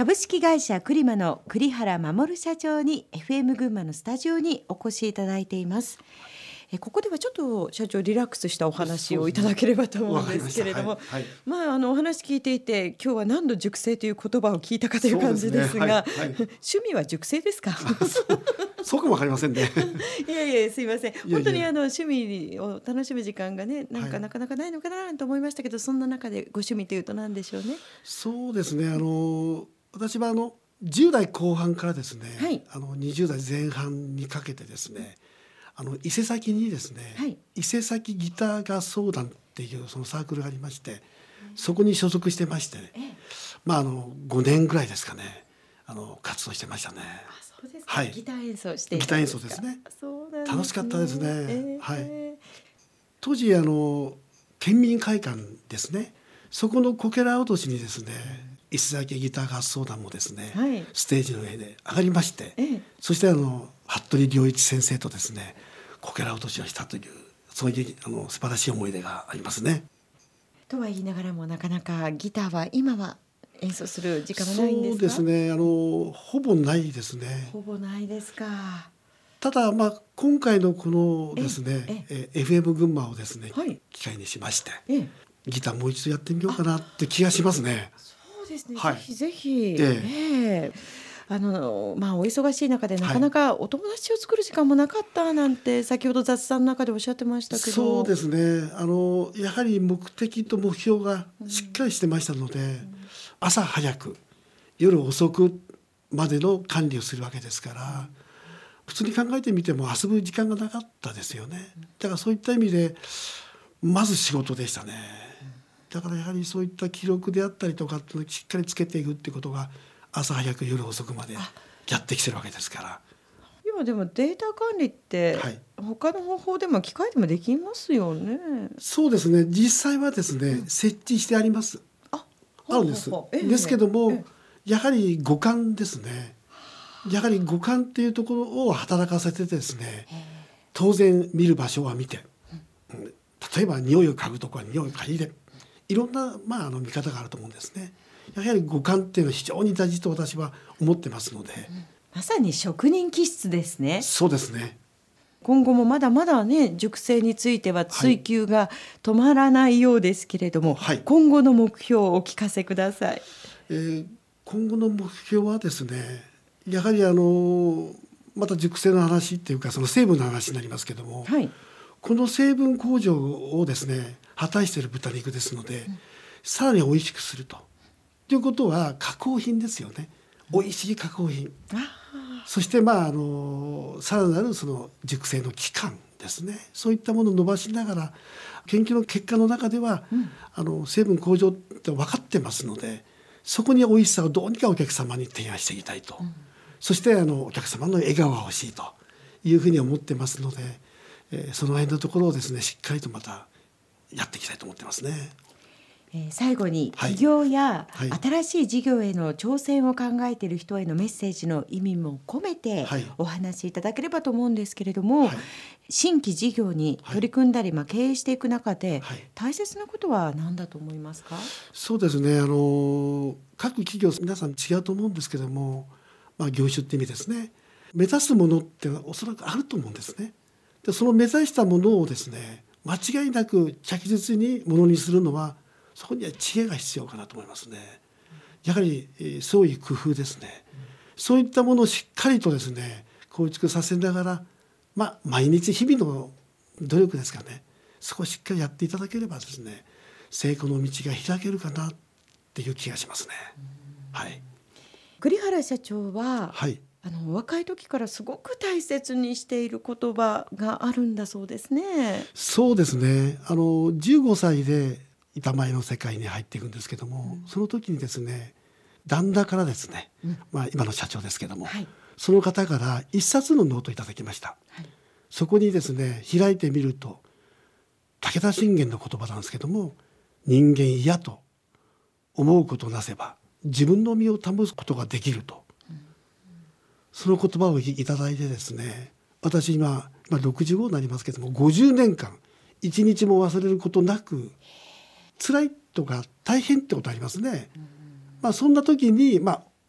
株式会社クリマの栗原守社長に FM 群馬のスタジオにお越しいただいています。ここではちょっと社長リラックスしたお話をいただければと思うんですけれども、お話聞いていて今日は何度熟成という言葉を聞いたかという感じですが、趣味は熟成ですか？ そうかもわかりませんね。 いやいやすいません。本当に趣味を楽しむ時間がねなかなかないのかなと思いましたけど、そんな中でご趣味というと何でしょうね。 そうですね、私は10代後半からですね、20代前半にかけてですね、伊勢崎にですね、伊勢崎ギター合奏団っていうそのサークルがありまして、そこに所属してまして、5年ぐらいですかね、活動してましたね。 そうですか。ギター演奏していギター演奏ですね。 そうなんですね。 楽しかったですね。当時県民会館ですね、そこのこけら落としにですね、伊勢崎ギター合奏団もですね、ステージの上で上がりまして、そして服部良一先生とですねこけら落としをしたという、そういう素晴らしい思い出がありますね。 とは言いながらもなかなかギターは今は演奏する時間はないんですか？ そうですね、ほぼないですね。 ほぼないですか。 ただ今回のこのですねFM 群馬をですね、機会にしまして、ギターもう一度やってみようかなって気がしますね。 そうですね、ぜひぜひ。お忙しい中でなかなかお友達を作る時間もなかったなんて先ほど雑談の中でおっしゃってましたけど。 そうですね、やはり目的と目標がしっかりしてましたので、朝早く夜遅くまでの管理をするわけですから、普通に考えてみても遊ぶ時間がなかったですよね。だからそういった意味でまず仕事でしたね。だからやはりそういった記録であったりとかってしっかりつけていくってことが朝早く夜遅くまでやってきてるわけですから。 今でもデータ管理って他の方法でも機械でもできますよね。 そうですね、実際はですね、設置してあります。あるんです。ですけども、やはり五感ですね。やはり五感っていうところを働かせてですね、当然見る場所は見て、例えば匂いを嗅ぐところは匂いを嗅いで、いろんな見方があると思うんですね。やはり五感っていうのは非常に大事と私は思ってますので、 まさに職人気質ですね。 そうですね。 今後もまだまだね熟成については追求が止まらないようですけれども、今後の目標をお聞かせください。 今後の目標はですね、やはりまた熟成の話っていうかその成分の話になりますけども、この成分向上をですね果たしている豚肉ですので、さらに美味しくするということは加工品ですよね。美味しい加工品、そしてさらなるその熟成の期間ですね、そういったものを伸ばしながら研究の結果の中では、成分向上って分かってますので、そこに美味しさをどうにかお客様に提案していきたいと、そしてお客様の笑顔が欲しいというふうに思ってますので、その辺のところをですねしっかりとまたやっていきたいと思ってますね。 最後に起業や新しい事業への挑戦を考えている人へのメッセージの意味も込めてお話しいただければと思うんですけれども、新規事業に取り組んだり経営していく中で大切なことは何だと思いますか？ そうですね、各企業皆さん違うと思うんですけども、業種って意味ですね、目指すものっておそらくあると思うんですね。でその目指したものをですね間違いなく着実にものにするのは、そこには知恵が必要かなと思いますね。やはり創意工夫ですね、そういったものをしっかりとですね構築させながら、毎日日々の努力ですかね、そこをしっかりやっていただければですね成功の道が開けるかなっていう気がしますね。 栗原社長は、若い時からすごく大切にしている言葉があるんだそうですね。 そうですね、15歳で板前の世界に入っていくんですけども、その時にですね旦那からですね、今の社長ですけども、その方から一冊のノートをいただきました。そこにですね開いてみると武田信玄の言葉なんですけども、人間嫌と思うことなせば自分の身を保つことができると、その言葉をいただいてですね、私今65になりますけども、50年間一日も忘れることなく、辛いとか大変ってことありますね。そんな時に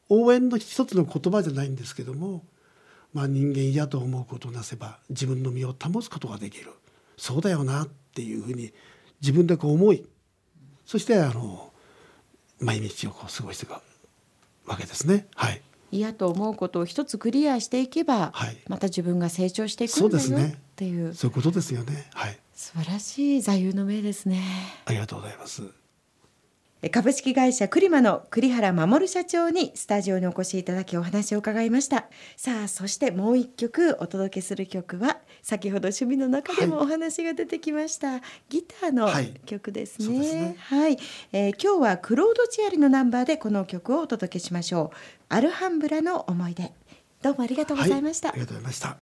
応援の一つの言葉じゃないんですけども、人間嫌と思うことをなせば自分の身を保つことができる、そうだよなっていうふうに自分で思い、そして毎日を過ごしていくわけですね。はい。 嫌と思うことを一つクリアしていけば、はい、また自分が成長していくんだよっていう、 そういうことですよね。はい。 素晴らしい座右の銘ですね。 ありがとうございます。 株式会社クリマの栗原守社長にスタジオにお越しいただきお話を伺いました。さあ、そしてもう一曲お届けする曲は先ほど趣味の中でもお話が出てきました、ギターの曲ですね。はい、そうですね。はい。今日はクロード・チアリのナンバーでこの曲をお届けしましょう。アルハンブラの思い出。どうもありがとうございました。 ありがとうございました。